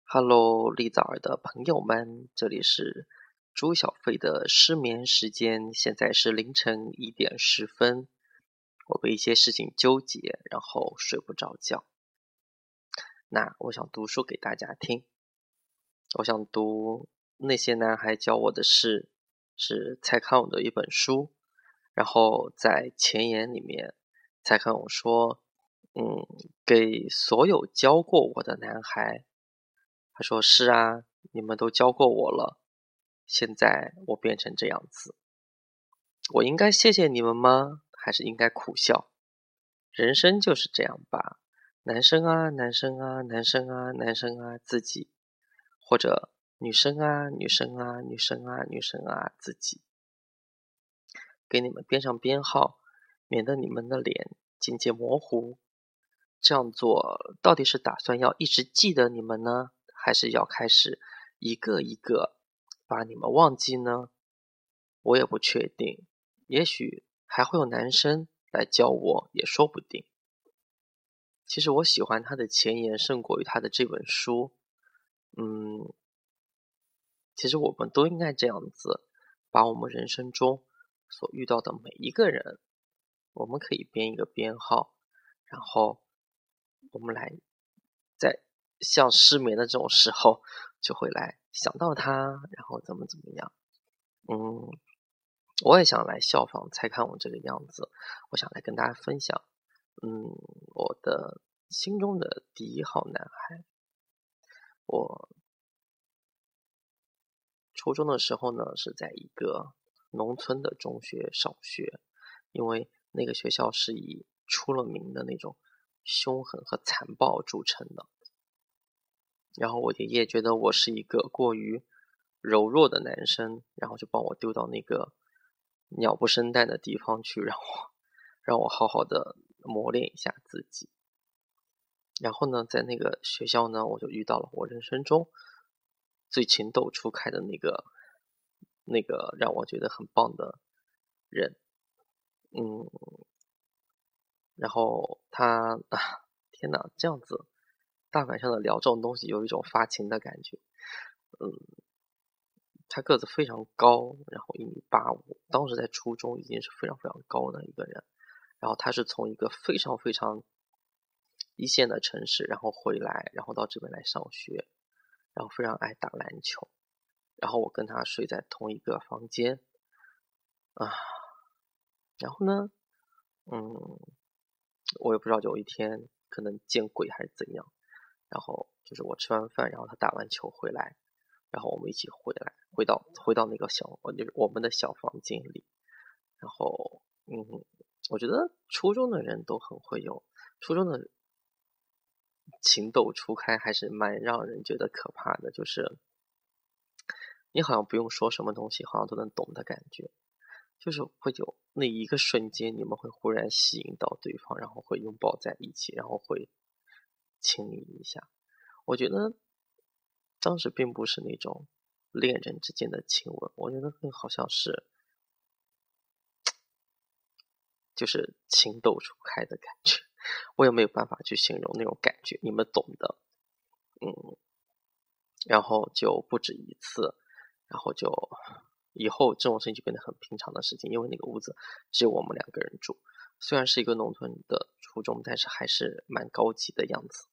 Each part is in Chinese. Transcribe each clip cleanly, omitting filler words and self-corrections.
Hello，立早儿的朋友们，这里是朱小飞的失眠时间，现在是凌晨1点10分。我被一些事情纠结，然后睡不着觉。那我想读书给大家听。我想读那些男孩教我的事，是蔡康永的一本书。然后在前言里面，蔡康永说，给所有教过我的男孩。他说是啊，你们都教过我了，现在我变成这样子，我应该谢谢你们吗？还是应该苦笑？人生就是这样吧，男生啊，男生啊，男生啊，男生啊，自己，或者女生啊，女生啊，女生啊，女生啊，自己，给你们编上编号，免得你们的脸渐渐模糊。这样做到底是打算要一直记得你们呢，还是要开始一个一个把你们忘记呢？我也不确定，也许还会有男生来教我，也说不定。其实我喜欢他的前言胜过于他的这本书。其实我们都应该这样子，把我们人生中所遇到的每一个人，我们可以编一个编号，然后我们来在像失眠的这种时候，就会来想到他，然后怎么样。嗯，我也想来效仿蔡康永这个样子，我想来跟大家分享，我的心中的第一号男孩。我初中的时候呢，是在一个农村的中学上学，因为那个学校是以出了名的那种凶狠和残暴著称的。然后我爷爷觉得我是一个过于柔弱的男生，然后就把我丢到那个鸟不生蛋的地方去，让我好好的磨练一下自己。然后呢，在那个学校呢，我就遇到了我人生中最情窦初开的那个让我觉得很棒的人。嗯，然后他天哪，这样子大晚上的聊这种东西，有一种发情的感觉。嗯，他个子非常高，然后1.85米，当时在初中已经是非常非常高的一个人。然后他是从一个非常非常一线的城市，然后回来，然后到这边来上学，然后非常爱打篮球。然后我跟他睡在同一个房间啊。然后呢，嗯，我也不知道有一天可能见鬼还是怎样，然后就是我吃完饭，然后他打完球回来，然后我们一起回到那个就是我们的小房间里。然后我觉得初中的人都很会有，初中的情窦初开还是蛮让人觉得可怕的，就是你好像不用说什么东西，好像都能懂的感觉。就是会有那一个瞬间，你们会忽然吸引到对方，然后会拥抱在一起，然后会亲昵一下。我觉得当时并不是那种恋人之间的亲吻，我觉得更好像是就是情窦初开的感觉。我也没有办法去形容那种感觉，你们懂的。嗯，然后就不止一次，然后就以后这种事情就变得很平常的事情，因为那个屋子只有我们两个人住，虽然是一个农村的初中，但是还是蛮高级的样子。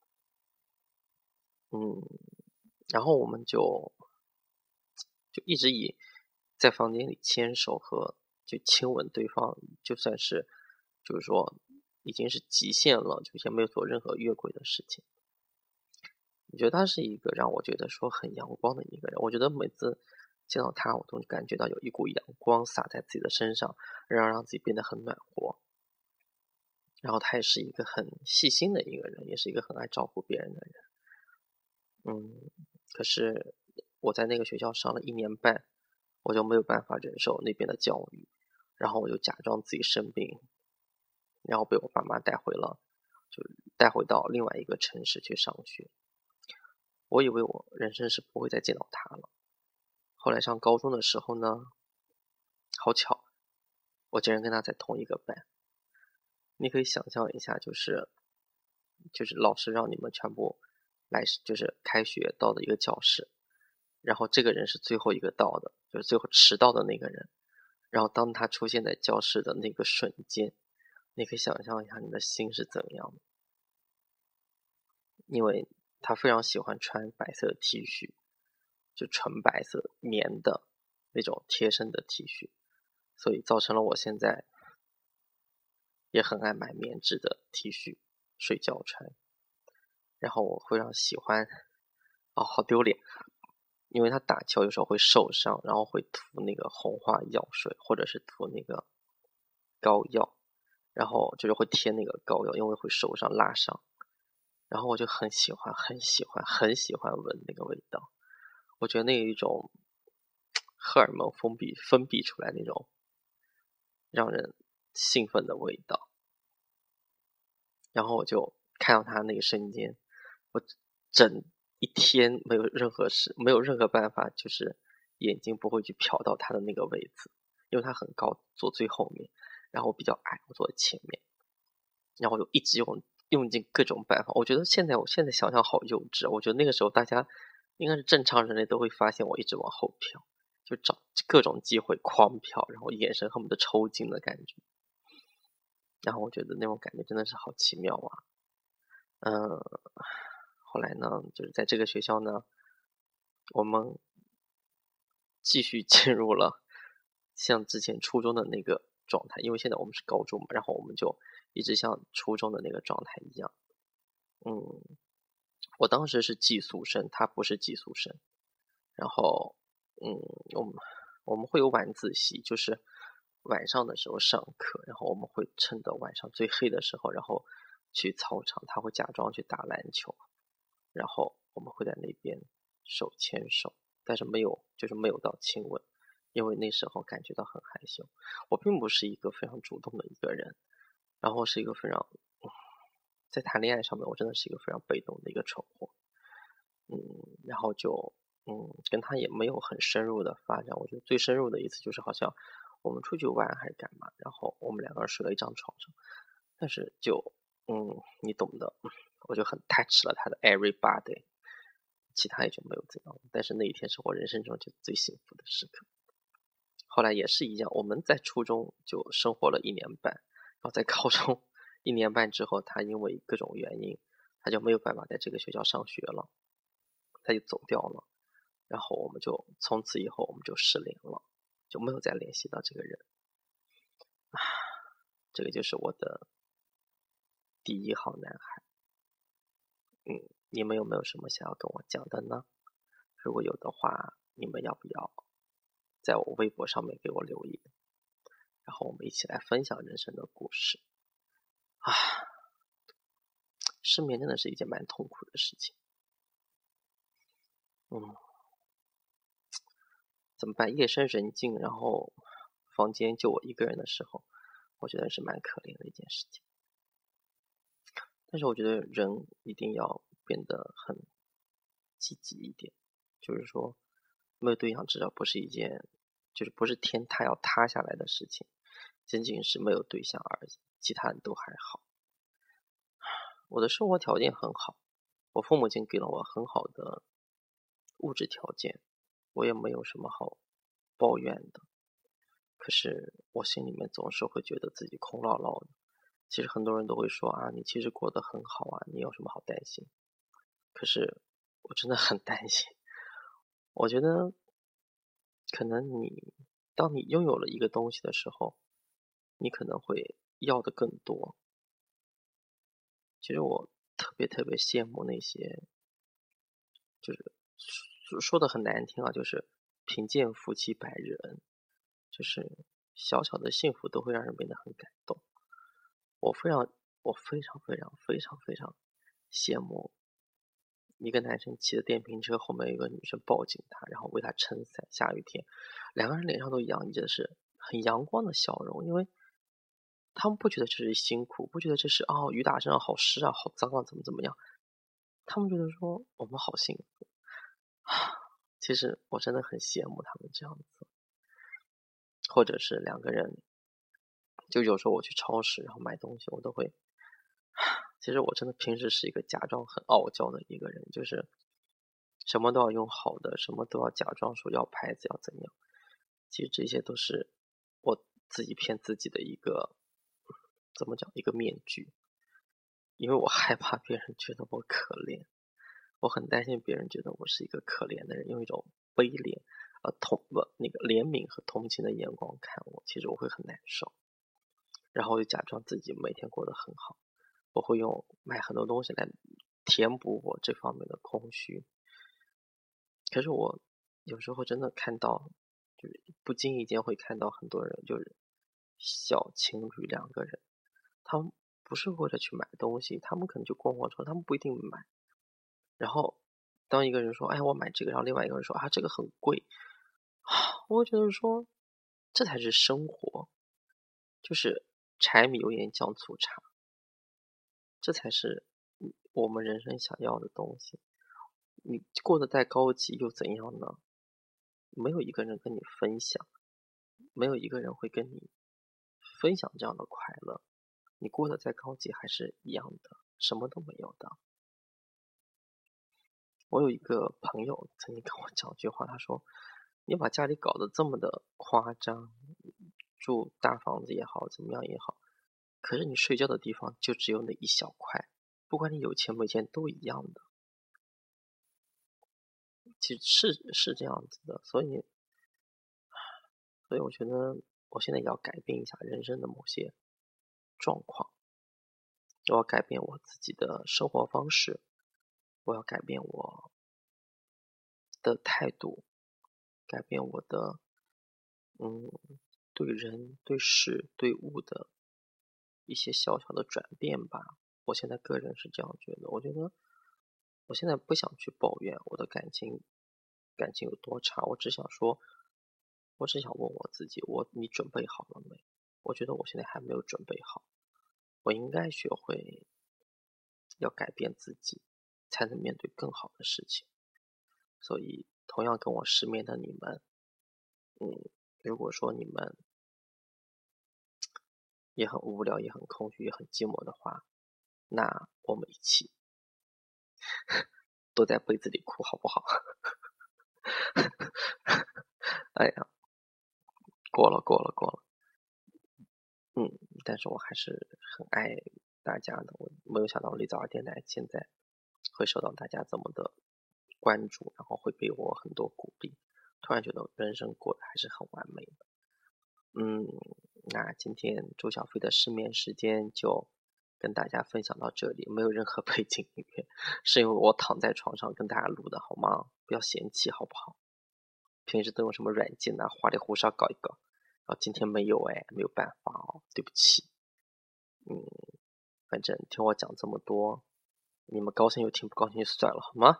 嗯，然后我们就一直在房间里牵手和就亲吻对方，就算是就是说已经是极限了，就也没有做任何越轨的事情。我觉得他是一个让我觉得说很阳光的一个人。我觉得每次见到他，我都感觉到有一股阳光洒在自己的身上，让自己变得很暖和。然后他也是一个很细心的一个人，也是一个很爱照顾别人的人。可是我在那个学校上了1年半，我就没有办法忍受那边的教育，然后我就假装自己生病，然后被我爸妈就带回到另外一个城市去上学。我以为我人生是不会再见到他了。后来上高中的时候呢，好巧，我竟然跟他在同一个班。你可以想象一下，就是老师让你们全部就是开学到的一个教室，然后这个人是最后一个到的，就是最后迟到的那个人。然后当他出现在教室的那个瞬间，你可以想象一下你的心是怎么样的。因为他非常喜欢穿白色的 T 恤，就纯白色棉的那种贴身的 T 恤，所以造成了我现在也很爱买棉质的 T 恤睡觉穿。然后我非常喜欢，好丢脸，因为他打球有时候会受伤，然后会涂那个红花药水，或者是涂那个膏药，然后就是会贴那个膏药，因为会受伤拉伤。然后我就很喜欢闻那个味道，我觉得那有一种荷尔蒙分泌出来那种让人兴奋的味道。然后我就看到他那个瞬间，我整一天没有任何办法，就是眼睛不会去瞟到他的那个位置，因为他很高，坐最后面，然后我比较矮，我坐在前面，然后我就一直用尽各种办法。我觉得我现在想想好幼稚，我觉得那个时候大家应该是正常人类都会发现我一直往后瞟，就找各种机会狂瞟，然后眼神恨不得抽筋的感觉。然后我觉得那种感觉真的是好奇妙啊。后来呢，就是在这个学校呢，我们继续进入了像之前初中的那个状态，因为现在我们是高中嘛，然后我们就一直像初中的那个状态一样。我当时是寄宿生，他不是寄宿生。然后，嗯，我们我们会有晚自习，就是晚上的时候上课，然后我们会趁着晚上最黑的时候，然后去操场，他会假装去打篮球，然后我们会在那边手牵手，但是没有到亲吻，因为那时候感觉到很害羞。我并不是一个非常主动的一个人，然后是一个非常在谈恋爱上面，我真的是一个非常被动的一个蠢货。然后就跟他也没有很深入的发展。我觉得最深入的一次就是好像我们出去玩还是干嘛，然后我们两个人睡了一张床上，但是你懂的，我就很 touch 了他的 everybody， 其他也就没有怎样。但是那一天是我人生中就最幸福的时刻。后来也是一样，我们在初中就生活了1年半，然后在高中1年半之后，他因为各种原因，他就没有办法在这个学校上学了，他就走掉了。然后我们就从此以后我们就失联了，就没有再联系到这个人。这个就是我的第一号男孩。你们有没有什么想要跟我讲的呢？如果有的话，你们要不要在我微博上面给我留言，然后我们一起来分享人生的故事啊！失眠真的是一件蛮痛苦的事情。怎么办？夜深人静，然后房间就我一个人的时候，我觉得是蛮可怜的一件事情。但是我觉得人一定要变得很积极一点，就是说没有对象至少不是一件，就是不是天塌要塌下来的事情，仅仅是没有对象而已，其他人都还好。我的生活条件很好，我父母亲给了我很好的物质条件，我也没有什么好抱怨的。可是我心里面总是会觉得自己空落落的。其实很多人都会说啊，你其实过得很好啊，你有什么好担心？可是我真的很担心。我觉得可能当你拥有了一个东西的时候，你可能会要的更多。其实我特别特别羡慕那些，就是说的很难听啊，就是贫贱夫妻百日恩，就是小小的幸福都会让人变得很感动。我非常非常羡慕一个男生骑着电瓶车，后面有一个女生抱紧他，然后为他撑伞，下雨天，两个人脸上都洋溢着是很阳光的笑容，因为他们不觉得这是辛苦，不觉得这是雨打身上好湿啊，好脏啊，怎么样，他们觉得说我们好幸福啊。其实我真的很羡慕他们这样子。或者是两个人，就有时候我去超市然后买东西，我都会其实我真的平时是一个假装很傲娇的一个人，就是什么都要用好的，什么都要假装说要牌子要怎样。其实这些都是我自己骗自己的一个怎么讲一个面具，因为我害怕别人觉得我可怜，我很担心别人觉得我是一个可怜的人，用一种悲怜那个怜悯和同情的眼光看我，其实我会很难受。然后我就假装自己每天过得很好，我会买很多东西来填补我这方面的空虚。可是我有时候真的看到，就是不经意间会看到很多人，就是小情侣两个人，他们不是为了去买东西，他们可能就逛逛车，他们不一定买。然后当一个人说，哎，我买这个，然后另外一个人说，啊，这个很贵，我觉得说，这才是生活，就是柴米油盐酱醋茶，这才是我们人生想要的东西。你过得再高级又怎样呢？没有一个人跟你分享，没有一个人会跟你分享这样的快乐。你过得再高级还是一样的，什么都没有的。我有一个朋友曾经跟我讲一句话，他说：“你把家里搞得这么的夸张，住大房子也好，怎么样也好，可是你睡觉的地方就只有那一小块，不管你有钱没钱都一样的。”其实是这样子的，所以我觉得我现在也要改变一下人生的某些状况，我要改变我自己的生活方式，我要改变我的态度，改变我的嗯对人对事对物的一些小小的转变吧。我现在个人是这样觉得，我觉得我现在不想去抱怨我的感情有多差，我只想说，我只想问我自己，你准备好了没？我觉得我现在还没有准备好，我应该学会要改变自己，才能面对更好的事情。所以，同样跟我失眠的你们，如果说你们也很无聊，也很空虚，也很寂寞的话，那我们一起都在被子里哭，好不好？哎呀，过了，过了，过了。但是我还是很爱大家的。我没有想到绿藻儿电台现在会受到大家这么的关注，然后会给我很多鼓励。突然觉得人生过得还是很完美的。那今天周小飞的失眠时间就跟大家分享到这里，没有任何背景音乐，是因为我躺在床上跟大家录的，好吗？不要嫌弃，好不好？平时都用什么软件啊，花里胡哨搞一搞，然后今天没有没有办法哦，对不起。反正听我讲这么多，你们高兴就听，不高兴就算了，好吗？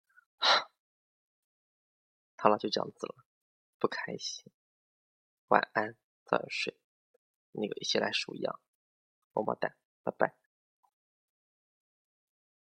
好了，就这样子了，不开心，晚安，早点睡。那个一起来数羊，么么哒，拜拜。